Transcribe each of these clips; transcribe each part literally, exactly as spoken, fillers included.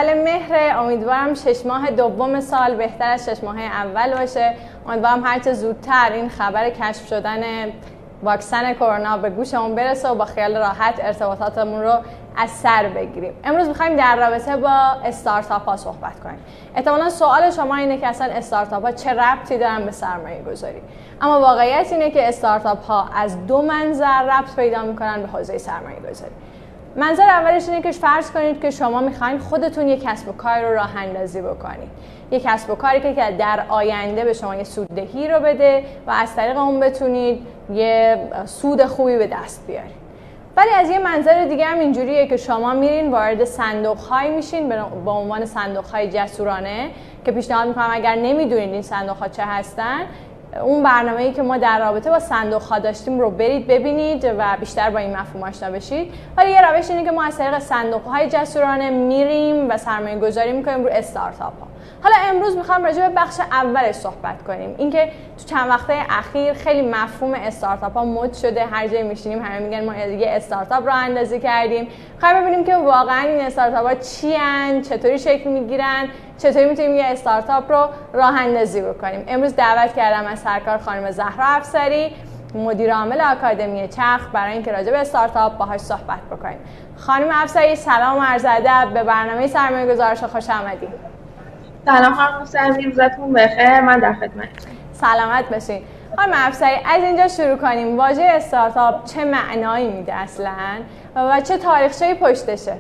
اول مهر، امیدوارم شش ماه دوم سال بهتر از شش ماه اول باشه. امیدوارم هرچه زودتر این خبر کشف شدن واکسن کرونا به گوشمون برسه و با خیال راحت ارتباطاتمون رو از سر بگیریم. امروز می‌خوایم در رابطه با استارتاپ ها صحبت کنیم. احتمالاً سوال شما اینه که اصلا استارتاپ ها چه ربطی دارن به سرمایه گذاری؟ اما واقعیت اینه که استارتاپ ها از دو منظر ربط پیدا می‌کنن به حوزه سرمایه گذاری. منظر اولش اینه که فرض کنید که شما می‌خواید خودتون یک کسب و کار رو راه اندازی بکنید. یک کسب و کاری که در آینده به شما یه سوددهی رو بده و از طریق اون بتونید یه سود خوبی به دست بیارید. ولی از یه منظر دیگه هم اینجوریه که شما میرین وارد صندوق‌هایی میشین به عنوان صندوق‌های جسورانه که پیشنهاد می‌کنم اگر نمی‌دونید این صندوق‌ها چه هستن، اون برنامه‌ای که ما در رابطه با صندوق‌ها داشتیم رو برید ببینید و بیشتر با این مفهوم آشنا بشید. ولی یه روش اینه که ما از طریق صندوق‌های جسورانه میریم و سرمایه‌گذاری می‌کنیم رو استارتاپ‌ها. حالا امروز میخوام راجع به بخش اولش صحبت کنیم. اینکه تو چند وقته اخیر خیلی مفهوم استارتاپ ها مد شده، هر جایی میشینیم همه میگن ما یه استارتاپ راه اندازی کردیم. میخوایم ببینیم که واقعا این استارتاپ ها چی ان، چطوری شکل میگیرن، چطوری میتونیم یه استارتاپ رو راه اندازی بکنیم. امروز دعوت کردم از سرکار خانم زهرا افسری، مدیر عامل آکادمی چرخ، برای اینکه راجع به استارتاپ باهاش صحبت بکنیم. خانم افسری سلام و عرض ادب، به برنامه سرمایه‌گذارش خوش آمدید. سلام خانم افسری، روزتون بخیر. من در خدمتتون. سلامت باشین. خانم افسری، از اینجا شروع کنیم. واژه استارتاپ چه معنایی میده اصلاً و چه تاریخچه‌ای پشتشه؟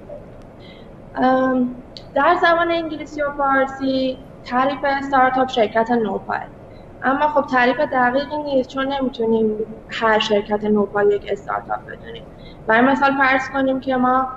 در زبان انگلیسی و فارسی تعریف استارتاپ شرکت نوپای، اما خب تعریف دقیقی نیست چون نمیتونیم هر شرکت نوپای یک استارتاپ بدونیم. برای مثال فرض کنیم که ما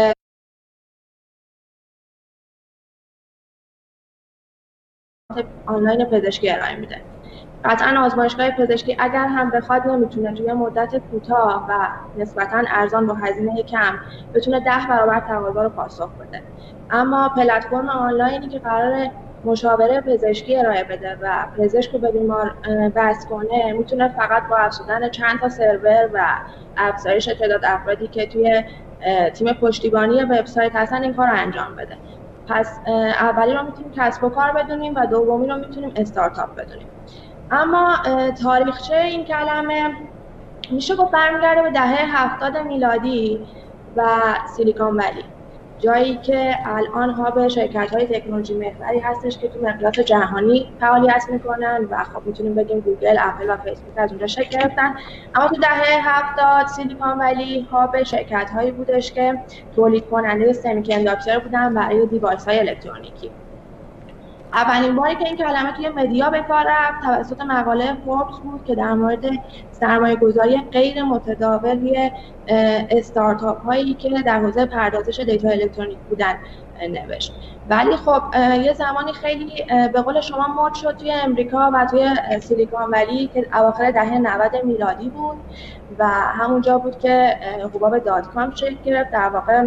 آنلاین پزشکی ارائه میده. قطعاً آزمایشگاه پزشکی اگر هم بخواد نمیتونه توی مدت کوتاه و نسبتاً ارزان با هزینه کم بتونه ده برابر تقاضا رو پاسخ بده. اما پلتفرم آنلاینی که قرار مشاوره پزشکی ارائه بده و پزشک رو به بیمار وصل کنه میتونه فقط با افزودن چند تا سرور و افزایش تعداد افرادی که توی تیم پشتیبانی وبسایت هستن این کار رو انجام بده. پس اولی رو میتونیم کسب و کار بدونیم و دومی رو میتونیم استارتاپ بدونیم. اما تاریخچه این کلمه میشه گفت برمیگرده به دهه هفتاد میلادی و سیلیکون ولی، جایی که الان هاب شرکت‌های تکنولوژی محوری هستش که تو مقیاس جهانی فعالیت میکنن و خب میتونیم بگیم گوگل، اپل و فیسبوک از اونجا شکل گرفتن. اما تو دهه هفتاد سیلیکون ولی هاب شرکت‌هایی بودش که تولید کننده سمی کنداکتور بودن برای دیوایس‌های الکترونیکی. اولین باری که این کلمه توی مدیا به کار رفت توسط مقاله فوربس بود که در مورد سرمایه‌گذاری غیر متداول روی استارتاپ هایی که در حوزه پردازش دیتا الکترونیک بودن نوشت. ولی خب یه زمانی خیلی به قول شما مد شد توی امریکا و توی سیلیکون ولی که اواخر دهه نود میلادی بود و همونجا بود که حباب دات کام شکل گرفت. در واقع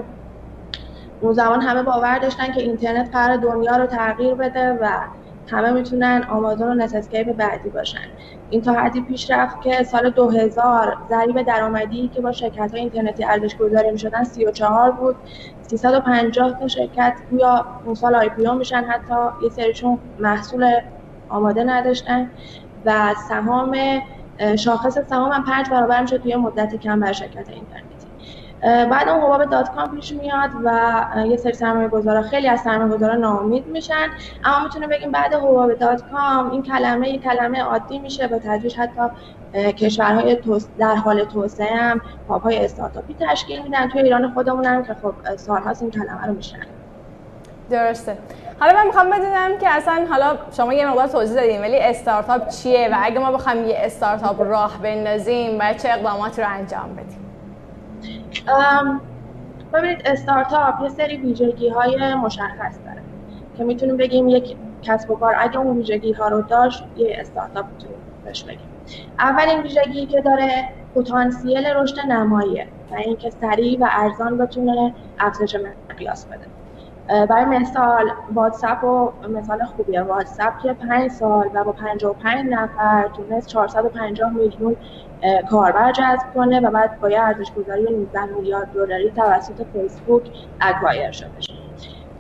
اون زمان همه باور داشتن که اینترنت قرار دنیا رو تغییر بده و همه میتونن آمازون و نتاسکیپ بعدی باشن. این تا حدی پیش رفت که سال دو هزار ضریب درآمدی که با شرکت‌های اینترنتی ارزش گذاری می‌شدن سی و چهار بود. سیصد و پنجاه تا شرکت یا اون سال آی پی او میشن، حتی یه سریشون محصول آماده نداشتن و سهام شاخص سهام هم پنج برابر میشه توی مدت کم بر شرکت اینترنتی. بعد اون حباب دات کام پیش میاد و یه سری سرمایه‌گذارا خیلی از سرمایه‌گذارا ناامید میشن. اما میتونه بگیم بعد حباب دات کام این کلمه این کلمه عادی میشه و تدریج حتی کشورهای در حال توسعه هم هاب‌های استارتاپی تشکیل میدن. توی ایران خودمون هم که خب سال‌هاست این کلمه رو میشنن. درسته. حالا من میخوام بدونم که اصلا حالا شما یه مقدار توضیح دادین، ولی استارتاپ چیه و اگه ما بخوایم یه استارتاپ راه بندازیم باید چه اقداماتی رو انجام بدیم؟ ببینید استارتاپ یه سری ویژگی‌های مشخص داره که میتونیم بگیم یک کسب و کار اگه اون ویژگی‌ها رو داشت یه استارتاپ میتونیم بهش بگیم. اولین ویژگی که داره پتانسیل رشد نماییه و اینکه سریع و ارزان بتونه افزایش مقیاس بده. برای مثال واتساپ و مثال خوبیه. واتساپ که پنج سال و با پنجاه و پنج نفر تونست چهارصد و پنجاه میلیون کاربر جذب کنه و بعد با یه ارزش‌گذاری نوزده میلیارد دلاری توسط فیسبوک اکوایر شدش.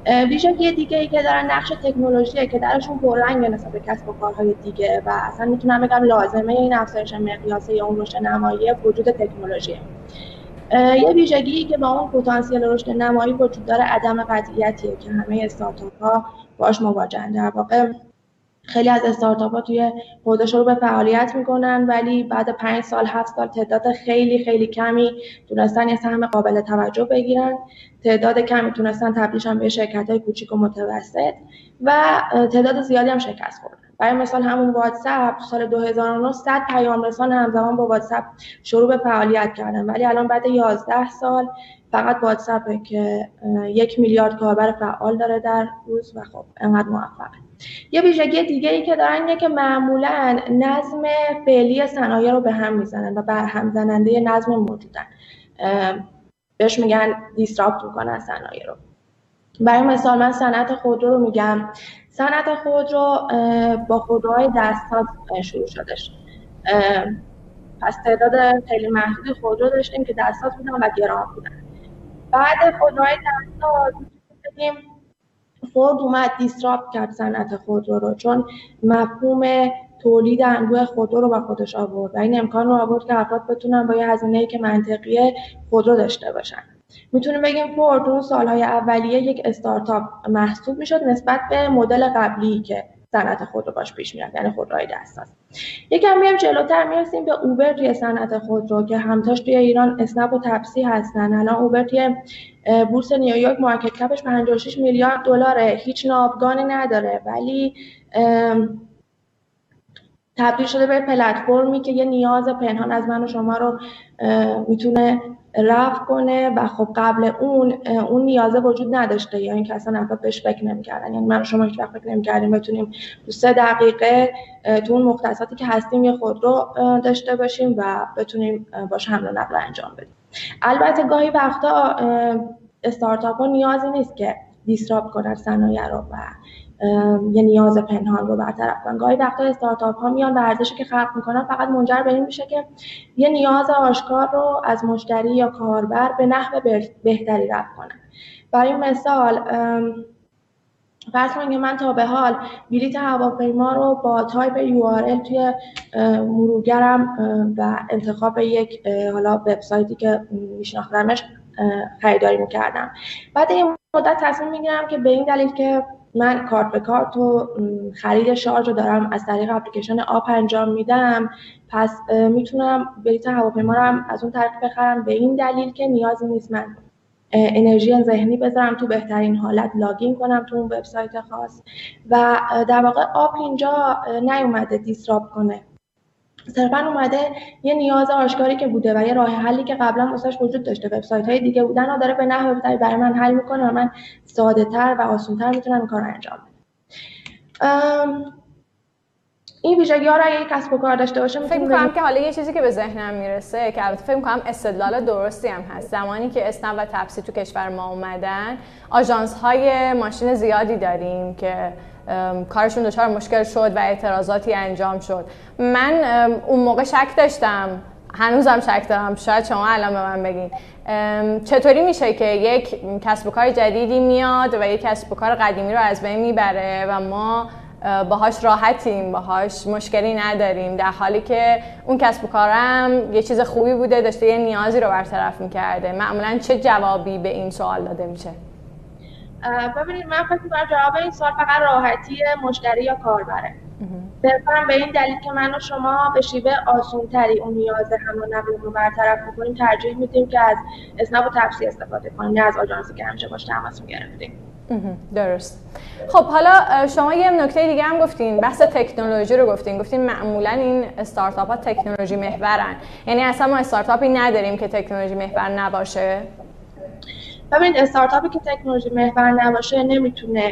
ویژگی دیگه ای که دارن نقش تکنولوژیه که درشون پررنگ نسبت به کسب و کارهای دیگه و اصلا میتونم بگم لازمه این افزایش مقیاسه یا اون رشد نمایی وجود تکنولوژیه. یه ویژگی که با اون پتانسیل رشد نمایی وجود داره عدم قطعیتیه که همه استارتاپ ها باش مواجهن. در واقع خیلی از استارتاپ ها توی حوزه شروع به فعالیت میکنن ولی بعد پنج سال هفت سال تعداد خیلی خیلی کمی تونستن یه سهم قابل توجه بگیرن، تعداد کمی تونستن تبدیلشن به شرکت های کوچیک و متوسط و تعداد زیادی هم شکست خوردن. برای مثال همون واتساپ سال دو هزار و نه صد پیام رسان همزمان با واتساپ شروع به فعالیت کردن ولی الان بعد یازده سال فقط واتساپه که یک میلیارد کاربر فعال داره در روز و خب انقدر موفقه. یه ویژگی دیگه ای که دارن اینه که معمولاً نظم فعلی صنایع رو به هم میزنن و برهم زننده نظم موجودن. بهش میگن دیسراپت میکنن صنایع رو. برای مثال من صنعت خودرو رو میگم. صنعت خودرو با خودروهای دستساز شروع شدش. پس تعداد خیلی محدودی خودرو داشتیم که دستساز بودن و گران بودن. بعد خودروهای دستساز بگیم فورد اومد دیسراپت کرد صنعت خودرو رو چون مفهوم تولید انبوه خودرو رو با خودش آورد و این امکان رو آورد که افراد بتونن با یه هزینه‌ای که منطقیه خودرو داشته باشن. میتونیم بگیم فورد اون سالهای اولیه یک استارتاپ محسوب میشد نسبت به مدل قبلی که صنعت خودرو باش پیش میرفت، یعنی خودروهای دستساز. یکم میام جلوتر میرسیم به اوبر توی صنعت خودرو که همتاش توی ایران اسنپ و تپسی هستن. الان اوبر توی بورس نیویورک مارکت کپش پنجاه و شش میلیارد دلاره، هیچ ناوگانی نداره ولی تبدیل شده به پلتفرمی که یه نیاز پنهان از من و شما رو میتونه رفع کنه و خب قبل اون اون نیازه وجود نداشته یا اینکه اصلا افراد بهش فکر نمی‌کردن. یعنی من و شما هیچ وقت فکر نمی‌کردیم بتونیم تو سه دقیقه تو اون مختصاتی که هستیم یه خودرو داشته باشیم و بتونیم باش حمل و نقل انجام بدیم. البته گاهی وقتا استارتاپ‌ها نیازی نیست که دیسراپت کنن صنایع رو و یه نیاز پنهان رو برطرف کنن. گاهی وقتا استارتاپ ها میان و ارزشی که خلق میکنن فقط منجر به این میشه که یه نیاز آشکار رو از مشتری یا کاربر به نحو بهتری رفع کنن. برای مثال فرض کنید که من تا به حال بلیط هواپیما رو با تایپ یو آر ال توی مرورگرم و انتخاب یک حالا وبسایتی که میشناختمش خریداری میکردم. بعد این مدت تصمیم میگیرم که به این دلیل که من کارت به کارت و خرید شارژ رو دارم از طریق اپلیکیشن آپ انجام میدم، پس میتونم بلیط هواپیما رو هم از اون طریق بخرم به این دلیل که نیازی نیست من انرژی ذهنی بذارم تو بهترین حالت لاگین کنم تو اون وبسایت خاص و در واقع آپ اینجا نیومده دیسراپت کنه، صرفاً اومده یه نیاز آشکاری که بوده و یه راه حلی که قبلا واسش وجود داشته وبسایت‌های دیگه بودن رو داره به نحو بهتری برای من حل میکنه و من ساده‌تر و آسان‌تر میتونم این کار رو انجام بدم. این ویژگی‌ها رو اگه یک کسب و کار داشته باشه فکر می‌کنم که حالا یه چیزی که به ذهنم میرسه که البته فکر می‌کنم استدلال درستی هم هست. زمانی که اسنپ و تپسی تو کشور ما اومدن آژانس‌های ماشین زیادی داریم که کارشون دچار مشکل شد و اعتراضاتی انجام شد. من اون موقع شک داشتم، هنوزم شک دارم، شاید شما الان به من بگین چطوری میشه که یک کسب و کار جدیدی میاد و یک کسب و کار قدیمی رو از بین میبره و ما باهاش راحتیم، باهاش مشکلی نداریم، در حالی که اون کسب و کارم یه چیز خوبی بوده، داشته یه نیازی رو برطرف میکرده. معمولا چه جوابی به این سوال داده میشه؟ ببینید من فکر می‌کنم جواب این سوال فقط راحتی مشتری یا کاربره. صرفاً به این دلیل که من و شما به شیوه آسان‌تری اون نیاز حمل و نقل رو برطرف می‌کنیم ترجیح میدیم که از اسنپ و تپسی استفاده کنیم نه از آژانسی که همیشه باش تماس می‌گرفتیم. درست. خب حالا شما یه نکته دیگه هم گفتین، بحث تکنولوژی رو گفتین. گفتین معمولا این استارتاپ ها تکنولوژی محورن، یعنی اصلا ما استارتاپی نداریم که تکنولوژی محور نباشه. ببینید استارتاپی که تکنولوژی محور نباشه نمیتونه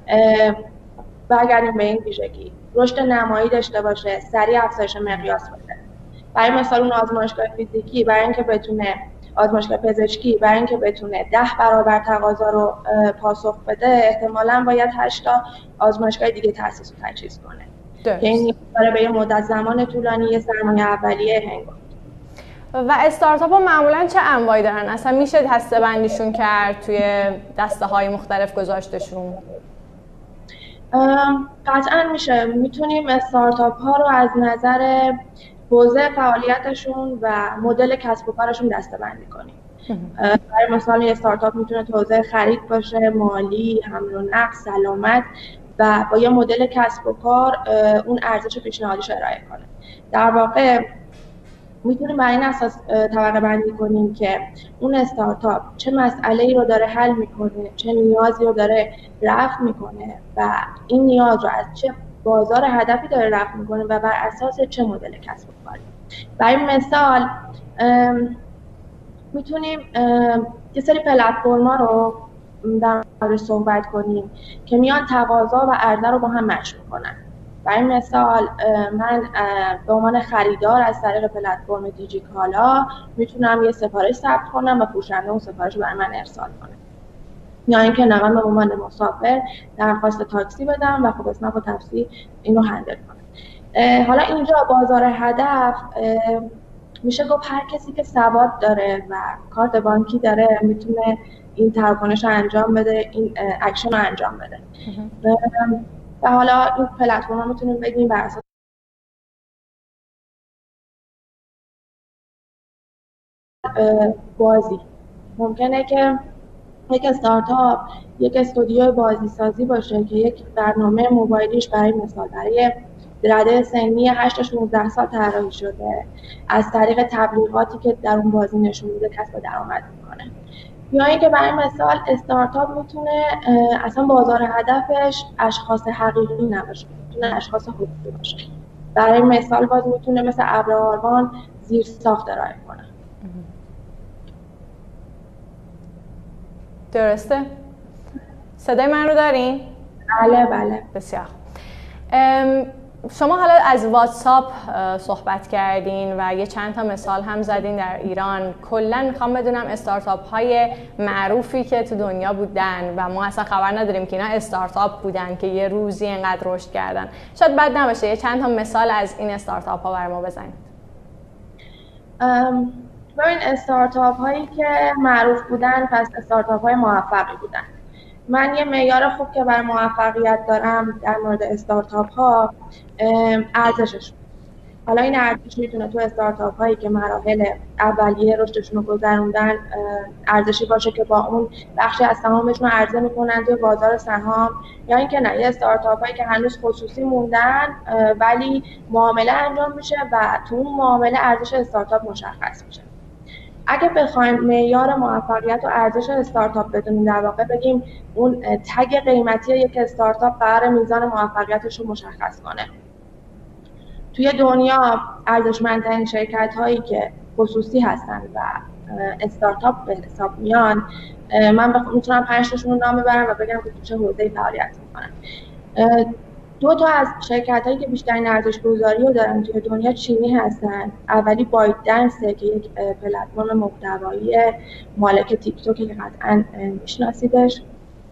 برگردیم به این ویژگی رشد نمایی داشته باشه، سریع افزایش مقیاس بده. برای مثال اون آزمایشگاه فیزیکی برای اینکه بتونه آزمایشگاه پزشکی برای اینکه بتونه ده برابر تقاضا رو پاسخ بده احتمالاً باید هشت تا آزمایشگاه دیگه تأسیس و تجهیز کنه که این داره به یه مدت زمان طولانی یه سرمایه اولیه هنگام. و استارتاپ ها معمولا چه انواعی دارن؟ اصلا میشه دسته بندیشون کرد، توی دسته های مختلف گذاشتشون؟ قطعا میشه. میتونیم استارتاپ ها رو از نظر حوزه فعالیتشون و مدل کسب و کارشون دسته بندی کنیم. برای مثال یه استارتاپ میتونه تو حوزه خرید باشه، مالی، حمل و نقل، سلامت، و با یه مدل کسب و کار اون ارزش پیشنهادیش ارائه کنه. در واقع میتونیم بر این اساس طبقه بندی کنیم که اون استارتاپ چه مسئله‌ای رو داره حل میکنه، چه نیازی رو داره رفع میکنه و این نیاز رو از چه بازار هدفی داره رفع میکنه و بر اساس چه مدل کسب و کاری. برای مثال میتونیم یه سری پلتفرم‌ها رو در مورد صحبت کنیم که میان تقاضا و عرضه رو با هم مچ میکنن. برای مثال من به عنوان خریدار از طریق پلتفرم دیجیکالا میتونم یه سفارش ثبت کنم و فروشنده اون سفارش رو برای من ارسال کنه، یا اینکه نه من به عنوان مسافر درخواست تاکسی بدم و خب اسنپ و تفسیر اینو هندل کنه. حالا اینجا بازار هدف میشه گفت هر کسی که سواد داره و کارت بانکی داره میتونه این تراکنش رو انجام بده، این اکشن رو انجام بده. و حالا این پلتفرم میتونیم بگیم بر اساس بازی. ممکنه که یک استارتاپ یک استودیو بازی سازی باشه که یک برنامه موبایلیش برای مثال برای رده سنی هشت تا شانزده سال طراحی شده، از طریق تبلیغاتی که در اون بازی نشون میده کسب درآمد میکنه. یا اینکه برای مثال استارتاپ میتونه اصلا بازار هدفش اشخاص حقیقی نباشه، میتونه اشخاص حقوقی باشه. برای مثال باز میتونه مثل ابرآروان زیر ساخت ارائه کنه. درسته؟ صدای من رو دارین؟ بله بله. بسیار. شما حالا از واتساپ صحبت کردین و یه چند تا مثال هم زدین در ایران. کلا میخوام بدونم استارتاپ های معروفی که تو دنیا بودن و ما اصلا خبر نداریم که اینا استارتاپ بودن که یه روزی اینقدر رشد کردن، شاید بد نباشه یه چند تا مثال از این استارتاپ ها برای ما بزنید. ببین استارتاپ هایی که معروف بودن پس استارتاپ های موفقی بودن. من یه معیار خوب که برای موفقیت دارم در مورد استارتاپ ها ارزشش. حالا این ارزش میتونه تو استارتاپ هایی که مراحل اولیه رشدشون رو گذروندن ارزشی باشه که با اون بخشی از سهامشون رو عرضه میکنن توی بازار سهام، یا اینکه نه یه استارتاپ هایی که هنوز خصوصی موندن ولی معامله انجام میشه و تو اون معامله ارزش استارتاپ مشخص میشه. اگه بخوایم معیار موفقیت و ارزش استارتاپ بدونیم، در واقع بگیم اون تگ قیمتی یک استارتاپ قرار میزان موفقیتش رو مشخص کنه. توی دنیا ارزشمندترین شرکت هایی که خصوصی هستن و استارتاپ به حساب میان، من بخ... میتونم پنج تاشون رو نام ببرم و بگم که تو چه حوزه‌ای فعالیت میکنن. دو تا از شرکت هایی که بیشترین ارزش گذاری رو دارن توی دنیا چینی هستن. اولی بایت دنسه که یک پلتفرم محتوایی مالک تیک توک که قطعاً میشناسیدش،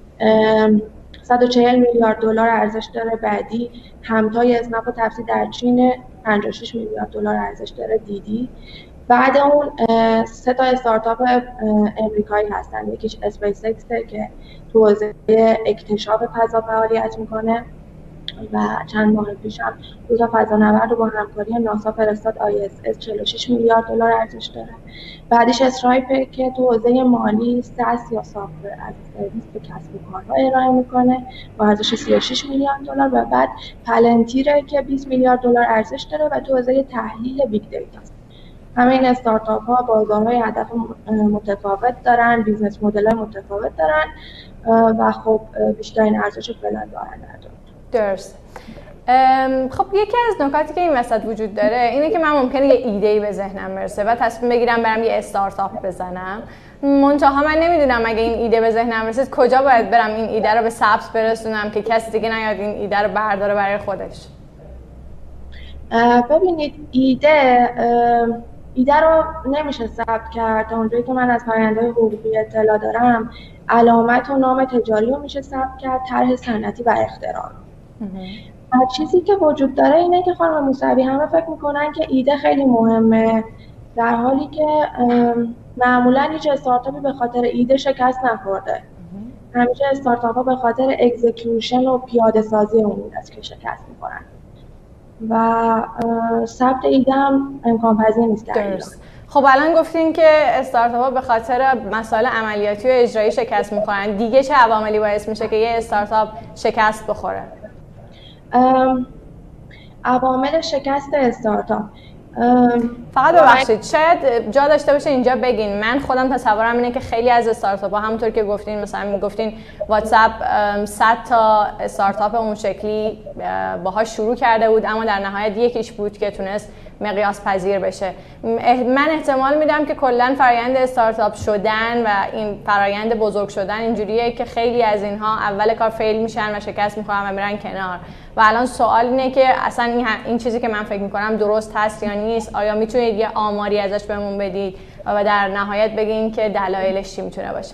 صد و چهل میلیارد دلار ارزش داره. بعدی همتای اسنپ و تفسیر در چین، پنجاه و شش میلیارد دلار ارزش داره. دیدی. بعد اون سه تا استارتاپ امریکایی هستن، یکیش اسپیس اکسه که تو حوزه اکتشاف فضا فعالیت میکنه و چند ماه پیش هم دو تا فضانورد رو با همکاری ناسا فرستاد آی اس اس، چهل و شش میلیارد دلار ارزش داره. بعدش استرایپ که تو حوزه مالی ساس یا سافت‌ور از سرویس به کسب و کارها ارائه میکنه با ارزش سی و شش میلیارد دلار. و بعد پلنتیر که بیست میلیارد دلار ارزش داره و تو حوزه تحلیل بیگ دیتا است. همه این استارتاپ ها بازارهای هدف متفاوت دارن، بیزنس مدل متفاوت دارن و خب بیشترین ارزش فعلا دارن در دنیا. درست. خب یکی از نکاتی که این وسط وجود داره اینه که من ممکنه یه ایده‌ای به ذهنم برسه و تصمیم بگیرم برم یه استارتاپ بزنم، منتها من نمیدونم اگه این ایده به ذهنم رسید کجا باید برم این ایده رو به ثبت برسونم که کسی دیگه نیاد این ایده رو برداره برای خودش. ببینید ایده ایده رو نمیشه ثبت کرد. تا اونجایی که من از پایه‌های حقوقی اطلاع دارم علامت و نام تجاری رو میشه ثبت کرد، طرح صنعتی و اختراع. چیزی که وجود داره اینه که خانم موسوی همه فکر میکنن که ایده خیلی مهمه در حالی که معمولا هیچ استارتاپی به خاطر ایده شکست نخورده. همیشه استارتاپ ها به خاطر اکزیکیوشن و پیاده سازی اون ایده است که شکست میخورن و ثبت ایده هم امکان پذیر نیست در ایران. خب الان گفتین که استارتاپ ها به خاطر مسائل عملیاتی و اجرایی شکست میخورن. دیگه چه عواملی باعث میشه که یه استارتاپ شکست بخوره؟ عوامل شکست استارتاپ فقط ببخشید شاید جا داشته باشه اینجا بگین. من خودم تصورم اینه که خیلی از استارتاپ ها همونطور که گفتین، مثلا میگفتین واتساپ صد تا استارتاپ اون شکلی باهاش شروع کرده بود اما در نهایت یکیش بود که تونست مقیاس پذیر بشه. من احتمال میدم که کلا فرآیند استارتاپ شدن و این فرآیند بزرگ شدن اینجوریه که خیلی از اینها اول کار فیل میشن و شکست میخورن و میرن کنار. و الان سوال اینه که اصلا این, این چیزی که من فکر میکنم درست هست یا نیست؟ آیا میتونید یه آماری ازش بهمون بدید و در نهایت بگین که دلایلش چی میتونه باشه؟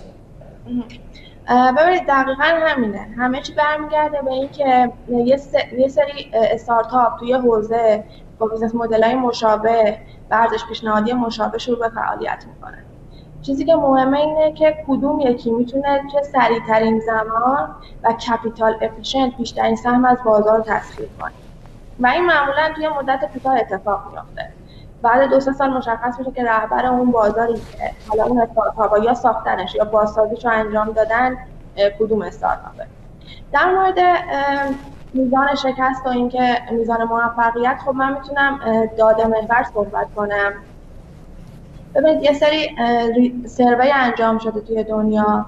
ببینید دقیقاً همینه. همه چی برمیگرده به این که یه, یه سری استارتاپ توی حوزه با بیزنس مدل‌های مشابه و ارزش پیشنهادی مشابه شروع به فعالیت میکنن. چیزی که مهمه اینه که کدوم یکی میتونه چه سریع‌ترین زمان و کپیتال افیشنت بیشترین سهم از بازار رو تسخیر کنه. و این معمولاً توی مدت کوتاه اتفاق میفته. بعد دو سه سال مشخص میشه که رهبر اون بازاری که حالا اون استارتاپ یا ساختنش یا بازسازیش رو انجام دادن کدوم استارتاپه. در مورد میزان شکست و اینکه میزان موفقیت، خب من میتونم داده محور صحبت کنم. ببینید یه سری سروی انجام شده توی دنیا.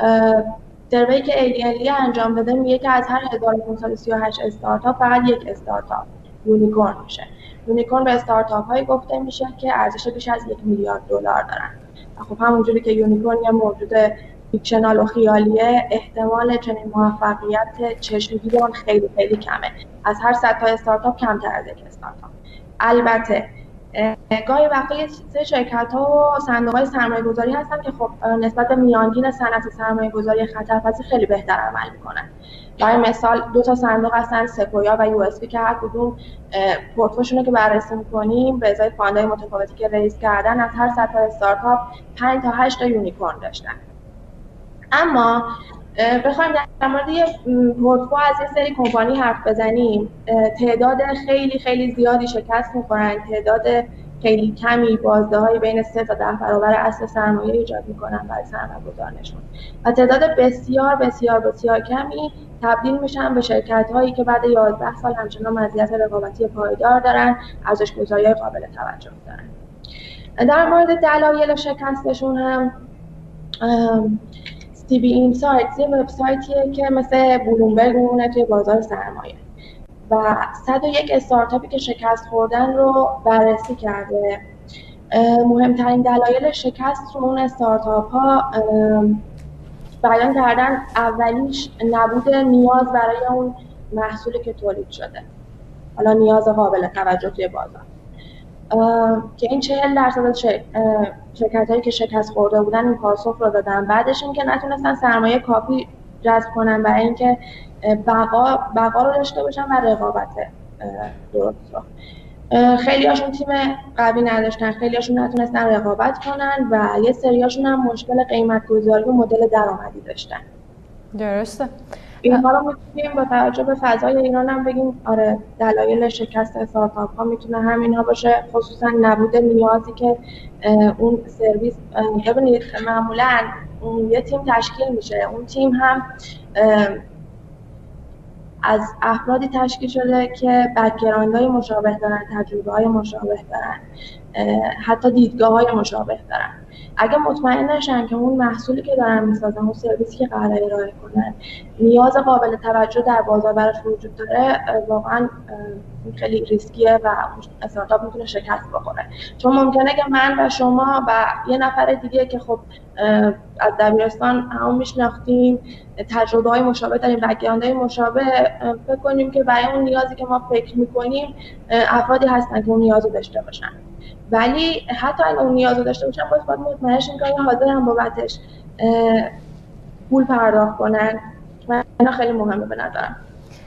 سروی که ای دی ال ای انجام داده میگه که از هر هزار و پانصد و سی و هشت استارتاپ فقط یک استارتاپ یونیکورن میشه. یونیکورن به استارتاپ هایی گفته میشه که ارزش بیش از یک میلیارد دلار دارن. خب همونجوری که یونیکورن یه موجود فیکشنال و خیالیه، احتمال چنین موفقیت چشمگیری خیلی خیلی کمه. از هر صد تا استارتاپ کمتر از یک استارتاپ. البته گاهی وقتا یه سری شرکت‌ها و صندوق‌های سرمایه‌گذاری هستن که خب نسبت به میانگین صنعت سرمایه‌گذاری خطرپذیر خیلی بهتر عمل می‌کنن. برای مثال دو تا صندوق هستن، سکویا و یو اس پی، که هر کدوم پورتفولیوشون رو که بررسی می‌کنیم به ازای فاندهای متفاوتی که ریز کردن از هر صد تا استارتاپ پنج تا هشت تا یونیکورن داشتن. اما بخوایم در مورد یه پورتفولیو از یه سری کمپانی حرف بزنیم، تعداد خیلی خیلی زیادی شکست می‌خورن، تعداد خیلی کمی بازده‌های بین سه تا ده برابر اصل سرمایه ایجاد می‌کنن برای سرمایه‌گذارانشون و تعداد بسیار بسیار بسیار کمی تبدیل میشن به شرکت‌هایی که بعد یازده سال همچنان مزیت رقابتی پایدار دارن، ارزش‌گذاری‌های قابل توجه دارن. در مورد دلایل شکستشون هم تی وی اینسایتس یه وبسایتیه که مثل بلومبرگ میمونه توی بازار سرمایه و صد و یک استارتاپی که شکست خوردن رو بررسی کرده. مهمترین دلایل شکست رو اون استارتاپ ها بیان کردن. اولیش نبود نیاز برای اون محصولی که تولید شده، حالا نیاز قابل توجه توی بازار، که این چهل درصد شرکت‌هایی که شکست خورده بودن این پاسخ رو دادن. بعدش این که نتونستن سرمایه کافی جذب کنن برای اینکه بقا بقا رو داشته باشن و رقابت درست رو. خیلی هاشون تیم قوی نداشتن، خیلی هاشون نتونستن رقابت کنن و یه سری هاشون هم مشکل قیمت گذاری و مدل درآمدی داشتن. درسته. اینها رو میتونیم با توجه به فضای ایران هم بگیم آره دلایل شکست استارتاپ ها میتونه همینها باشه، خصوصا نبود نیازی که اون سرویس. ببینید معمولا یه تیم تشکیل میشه، اون تیم هم از افرادی تشکیل شده که بک‌گراندهای مشابه دارن، تجربه‌های مشابه دارن، حتی دیدگاه‌های مشابه دارن. اگه مطمئن نشن که اون محصولی که دارن میسازن، اون سرویسی که قراره ارائه کنن، نیاز قابل توجه در بازار براش وجود داره، واقعا خیلی ریسکیه و استارتاپ میتونه شکست بخوره. چون ممکنه که من و شما و یه نفر دیگه که خب از دبیرستان هم میشناختیم، تجربه‌های مشابه داریم، بک‌گراندهای مشابه، فکر کنیم که برای اون نیازی که ما فکر می‌کنیم افرادی هستن که اون نیاز رو داشته باشن. ولی حتی اگه اون نیاز رو داشته باشن باید باید مطمئن شیم که حاضر هم بابتش پول پرداخت کنن و اینا خیلی مهمه به نظرم.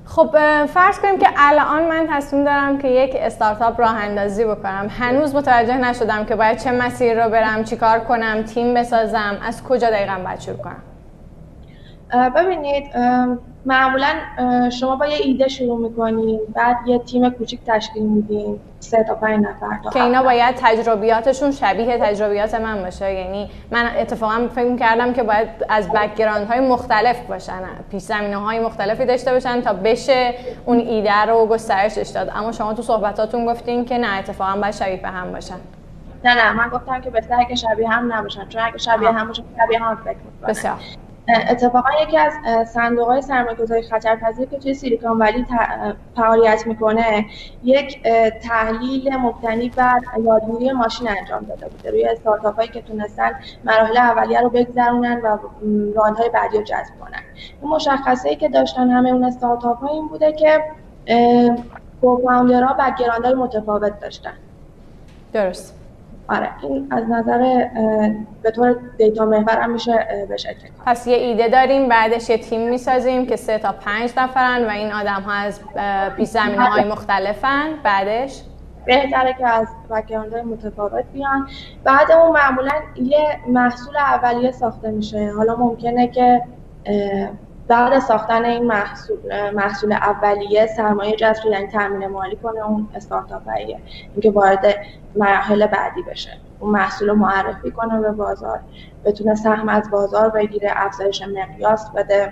خب فرض کنیم که الان من تصمیم دارم که یک استارتاپ راه اندازی بکنم. هنوز متوجه نشدم که باید چه مسیر رو برم، چیکار کنم، تیم بسازم، از کجا دقیقاً باید شروع کنم؟ ببینید معمولا شما با یه ایده شروع میکنین، بعد یه تیم کوچیک تشکیل میدین، سه تا پنج نفر تا که اینا باید تجربیاتشون شبیه تجربیات من باشه. یعنی من اتفاقا فکر کردم که باید از بک‌گراندهای مختلف باشن، پیش زمینه‌های مختلفی داشته باشن تا بشه اون ایده رو گسترشش داد. اما شما تو صحبتاتون گفتین که نه، اتفاقا باید شبیه به هم باشن. نه نه من گفتم که بهتره که شبیه هم نباشن، چون اگه شبیه هم باشن شبیه هم فکر می‌کنن. بسیار. اتفاقا یکی از صندوق‌های سرمایه‌گذاری خطرپذیر که توی سیلیکون ولی فعالیت میکنه یک تحلیل مبتنی بر یادگیری ماشین انجام داده بوده روی استارتاپ‌هایی که تونستن مراحل اولیه رو بگذرونن و راندهای بعدی رو جذب کنن. این مشخصه‌ای که داشتن همه اون استارتاپ‌ها این بوده که کوفاندرها بک‌گراندهای متفاوت داشتن. درست. آره این از نظر به طور دیتا محور هم میشه بهش اتکا. پس یه ایده داریم، بعدش یه تیم میسازیم که سه تا پنج نفرن و این آدم ها از پیش زمینه های مختلفن. بعدش بهتره که از بک‌گراندهای متفاوت بیان. بعد اون معمولا یه محصول اولیه ساخته میشه. حالا ممکنه که بعد از ساختن این محصول محصول اولیه سرمایه جذب، یعنی تامین مالی کنه اون استارتاپیه، اینکه وارد مراحل بعدی بشه، اون محصول رو معرفی کنه به بازار، بتونه سهم از بازار بگیره، افزایش مقیاس بده.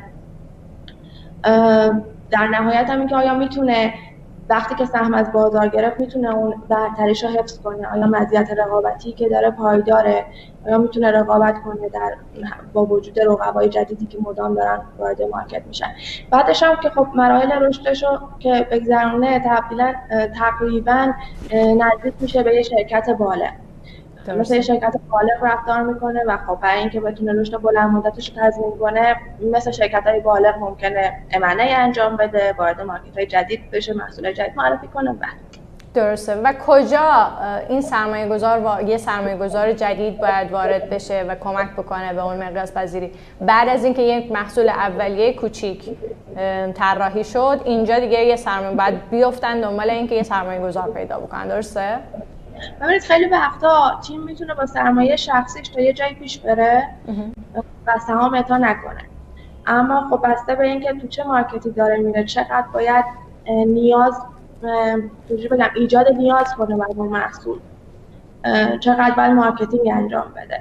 در نهایت هم اینکه آیا میتونه وقتی که سهم از بازار گرفت میتونه اون برتریش رو حفظ کنه، آیا مزیت رقابتی که داره پایداره، آیا میتونه رقابت کنه در با وجود رقبای جدیدی که مدام دارن وارد مارکت میشن. بعدش هم که خب مراحل رشدش رو که بگذرونه تبدیلا تقریبا نزدیک میشه به یه شرکت بالغ، مثل یه شرکت بالغ رفتار میکنه و خب برای اینکه بتونه رشد بلند مدتش رو تضمین کنه مثل شرکت‌های بالغ ممکنه ام ان ای انجام بده، وارد مارکت‌های جدید بشه، محصول جدید معرفی کنه. بعد درسته. و کجا این سرمایه گذار و یه سرمایه گذار جدید باید وارد بشه و کمک بکنه به اون مقیاس پذیری؟ بعد از اینکه یک محصول اولیه کوچیک طراحی شد، اینجا دیگه یه سرمایه بعد بیافتن دنبال اینکه یه سرمایه گذار پیدا بکنن. درسته؟ ببینید خیلی وقتا تیم میتونه با سرمایه شخصیش تا یه جایی پیش بره و سهام اعطا نکنه، اما خب بسته به اینکه تو چه مارکتی داره میره، چقدر باید نیاز توجیه بگم ایجاد نیاز کنه برای اون محصول، چقدر باید مارکتینگ انجام بده.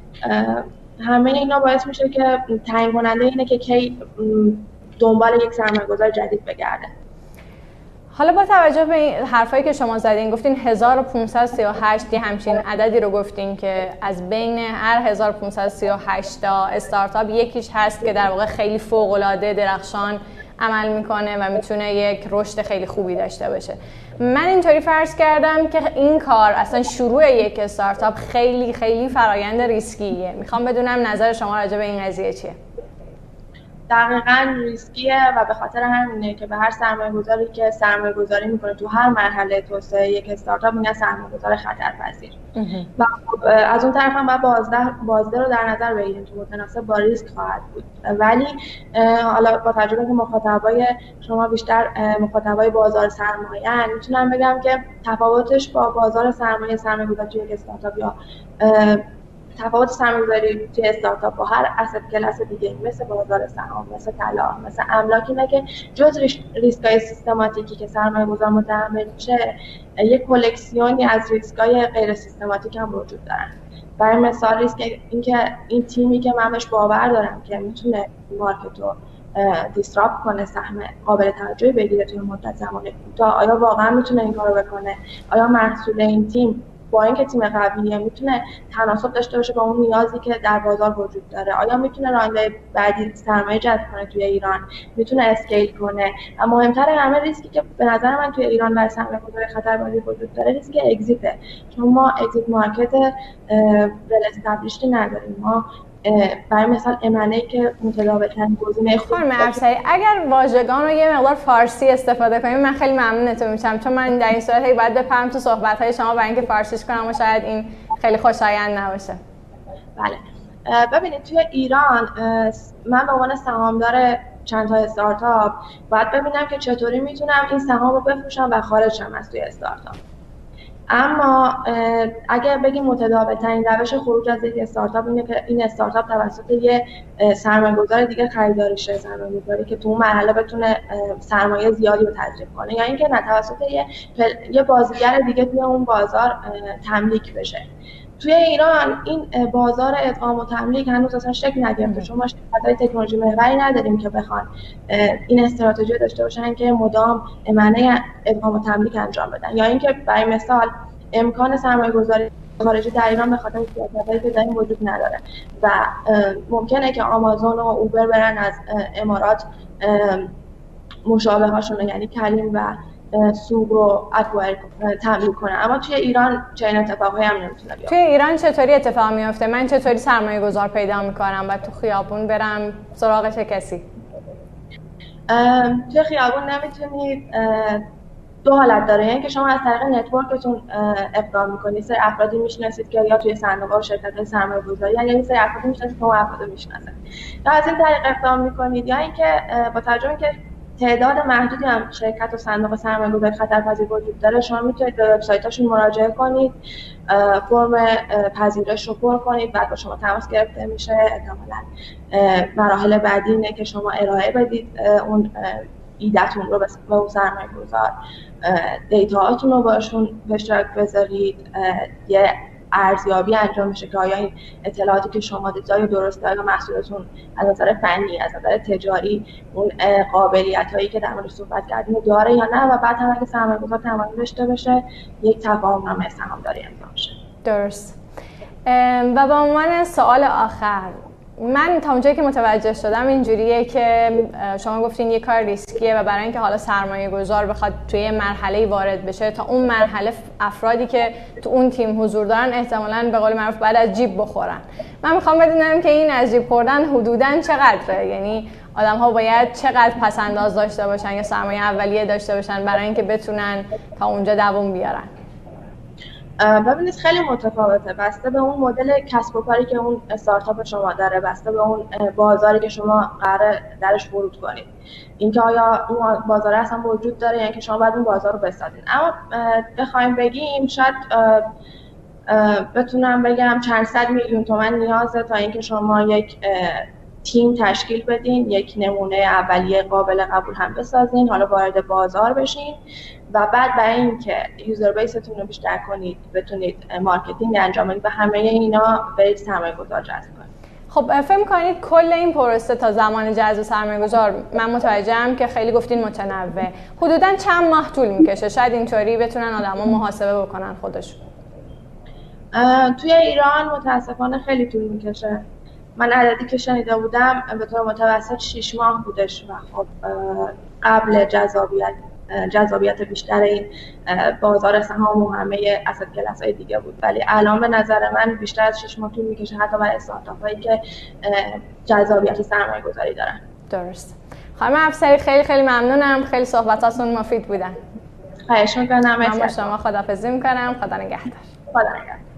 همه اینا باعث میشه که تعیین کننده اینه که کی دنبال یک سرمایه‌گذار جدید بگرده. حالا با توجه به این حرفایی که شما زدین، گفتین هزار و پانصد و سی و هشت همچین عددی رو گفتین که از بین هر هزار و پانصد و سی و هشت تا استارتاپ یکیش هست که در واقع خیلی فوق‌العاده درخشان عمل میکنه و میتونه یک رشد خیلی خوبی داشته باشه. من اینطوری فرض کردم که این کار اصلا شروع یک استارتاپ خیلی خیلی فرایند ریسکیه. میخوام بدونم نظر شما راجع به این قضیه چیه؟ دقیقاً ریسکیه و به خاطر همینه که به هر سرمایه‌گذاری که سرمایه‌گذاری میکنه تو هر مرحله توسعه یک استارتاپ میگن سرمایه‌گذار خطرپذیر. و از اون طرف هم باید بازده بازده رو در نظر بگیریم که متناسب با ریسک خواهد بود. ولی حالا با تجربه که مخاطبای شما بیشتر مخاطبای بازار سرمایه ان، میتونم بگم که تفاوتش با بازار سرمایه سرمایه‌گذاری توی یک استارتاپ یا تفاوت سرمایه‌گذاری توی استارتاپ با هر اسید کلاس دیگه مثل بازار سهام، مثل طلا، مثل املاک اینه که جز ریسک‌های سیستماتیکی که سرمایه‌گذار متحمل میشه، یک کلکسیونی از ریسک‌های غیر سیستماتیک هم وجود دارن. برای مثال ریسک اینکه این تیمی که من بهش باور دارم که میتونه مارکت رو دیسراپت کنه، سهم قابل توجهی بگیره توی مدت زمان کوتاه، آیا واقعا میتونه این کارو بکنه؟ آیا محصول این تیم با اینکه تیم قویه میتونه تناسب داشته باشه با اون نیازی که در بازار وجود داره؟ آیا میتونه رانده بعدی سرمایه جذب کنه توی ایران؟ میتونه اسکیل کنه؟ و مهمتر همه ریسکی که به نظر من توی ایران در سرمایه‌گذاری خطربازی وجود داره ریسک اگزیته، چون ما اگزیت مارکت ول استابلیشد نداریم. ما برای مثال ام ان ای که متداول‌ترین گزینه خوب. خانم افسری، اگر واژگان رو یه مقدار فارسی استفاده کنیم من خیلی ممنونتون میشم، چون من در این صورت هی باید بپرم تو صحبت‌های شما برای اینکه فارسیش کنم و شاید این خیلی خوشایند نباشه. بله. ببینید توی ایران من به عنوان سهامدار چند تا استارتاپ باید ببینم که چطوری میتونم این سهام رو بفروشم و خارج شم از توی استارتاپ. اما اگر بگیم متداول ترین روش خروج از یک استارتاپ اینه که این استارتاپ توسط یه سرمایه‌گذار دیگه خریداری شه، سرمایه‌گذاری که تو اون مرحله بتونه سرمایه زیادی رو تجذب کنه، یا اینکه نه توسط یه یه بازیگر دیگه توی اون بازار تملیک بشه. توی ایران این بازار ادغام و تملیک هنوز اصلا شکل نگرفته، چون ما شرکت‌های تکنولوژی محوری نداریم که بخوان این استراتژی داشته باشن که مدام معنی ادغام و تملیک انجام بدن، یا اینکه برای مثال امکان سرمایه‌گذاری خارجی در ایران به خاطر سیاستایی که داریم وجود نداره و ممکنه که آمازون و اوبر برن از امارات مشابه هاشون یعنی کلیم و سوق رو اکوایر تملیک کنه، اما توی ایران چنین اتفاقایی هم نمیتونه بیفته. توی ایران چطوری اتفاق میفته؟ من چطوری سرمایه گذار پیدا میکنم و تو خیابون برم سراغ چه کسی؟ توی خیابون نمیتونید، دو حالت داره، یعنی که شما از طریق نتورکتون اقدام میکنید، سری افرادی میشناسید که یا توی صندوق و شرکت‌های سرمایه‌گذاری یا یعنی سری افرادی میشناسید که اون افراد میشناسید، یا از این طریق اقدام میکنید، یا اینکه با توجه به اینکه تعداد محدودی هم شرکت و صندوق سرمایه‌گذاری خطرپذیر وجود داره، شما میتونید به وبسایت‌هاشون مراجعه کنید، فرم پذیرش رو پر کنید، بعد با شما تماس گرفته میشه. احتمالاً مراحل بعدی اینه که شما ارائه بدید اون ایده‌تون رو به اون سرمایه‌گذار، دیتاهاتون رو باشون به اشتراک بذارید، یه ارزیابی انجام میشه که آیا این اطلاعاتی که شما دادید آیا درسته، آیا محصولتون از نظر فنی، از نظر تجاری اون قابلیت‌هایی که در موردش صحبت کردیم داره یا نه، و بعد هم اگه سرمایه‌گذار تمایل داشته باشه یک تفاهم‌نامه سهامداری امضا میشه. درست. و به عنوان سوال آخر، من تا اونجایی که متوجه شدم اینجوریه که شما گفتین یه کار ریسکیه و برای اینکه حالا سرمایه گذار بخواد توی مرحله وارد بشه، تا اون مرحله افرادی که تو اون تیم حضور دارن احتمالاً به قول معروف بعد از جیب بخورن. من میخوام بدونم که این از جیب خوردن حدوداً چقدره، یعنی آدم ها باید چقدر پس‌انداز داشته باشن یا سرمایه اولیه داشته باشن برای اینکه بتونن تا اونجا دووم بیارن. ببینید خیلی متفاوته، بسته به اون مدل کسب و کاری که اون استارتاپ شما داره، بسته به اون بازاری که شما قراره درش ورود کنید، اینکه آیا اون بازار اصلا وجود داره یا اینکه شما باید اون بازار رو بسازید. اما بخوایم بگیم شاید بتونم بگم چند صد میلیون تومان نیازه تا اینکه شما یک تیم تشکیل بدین، یک نمونه اولیه قابل قبول هم بسازین، حالا وارد بازار بشین و بعد برای اینکه یوزر بیستون رو بیشتر کنید، بتونید مارکتینگ انجام بدید و همه اینا برید سرمایه‌گذار جذب کنید. خب فکر می‌کنید کل این پروسه تا زمان جذب سرمایه‌گذار، من متوجهم که خیلی گفتین متنوع، حدوداً چند ماه طول می‌کشه شاید اینطوری بتونن آدما محاسبه بکنن خودشون؟ توی ایران متأسفانه خیلی طول می‌کشه. من عددی که شنیده بودم به طور متوسط شش ماه بودش و خب قبل جذابیت جذابیت بیشتر این بازار سهام و همه اسید کلاس‌های دیگه بود، ولی الان به نظر من بیشتر از شش ماه طول می‌کشه حتی برای استارتاپ‌هایی که جذابیت سرمایه‌گذاری دارن. درست. خانم افسری خیلی خیلی ممنونم، خیلی صحبتاتون مفید بودن. خواهش می‌کنم. من با شما خداحافظی می‌کنم. خدا نگهدار. خدا نگهدار.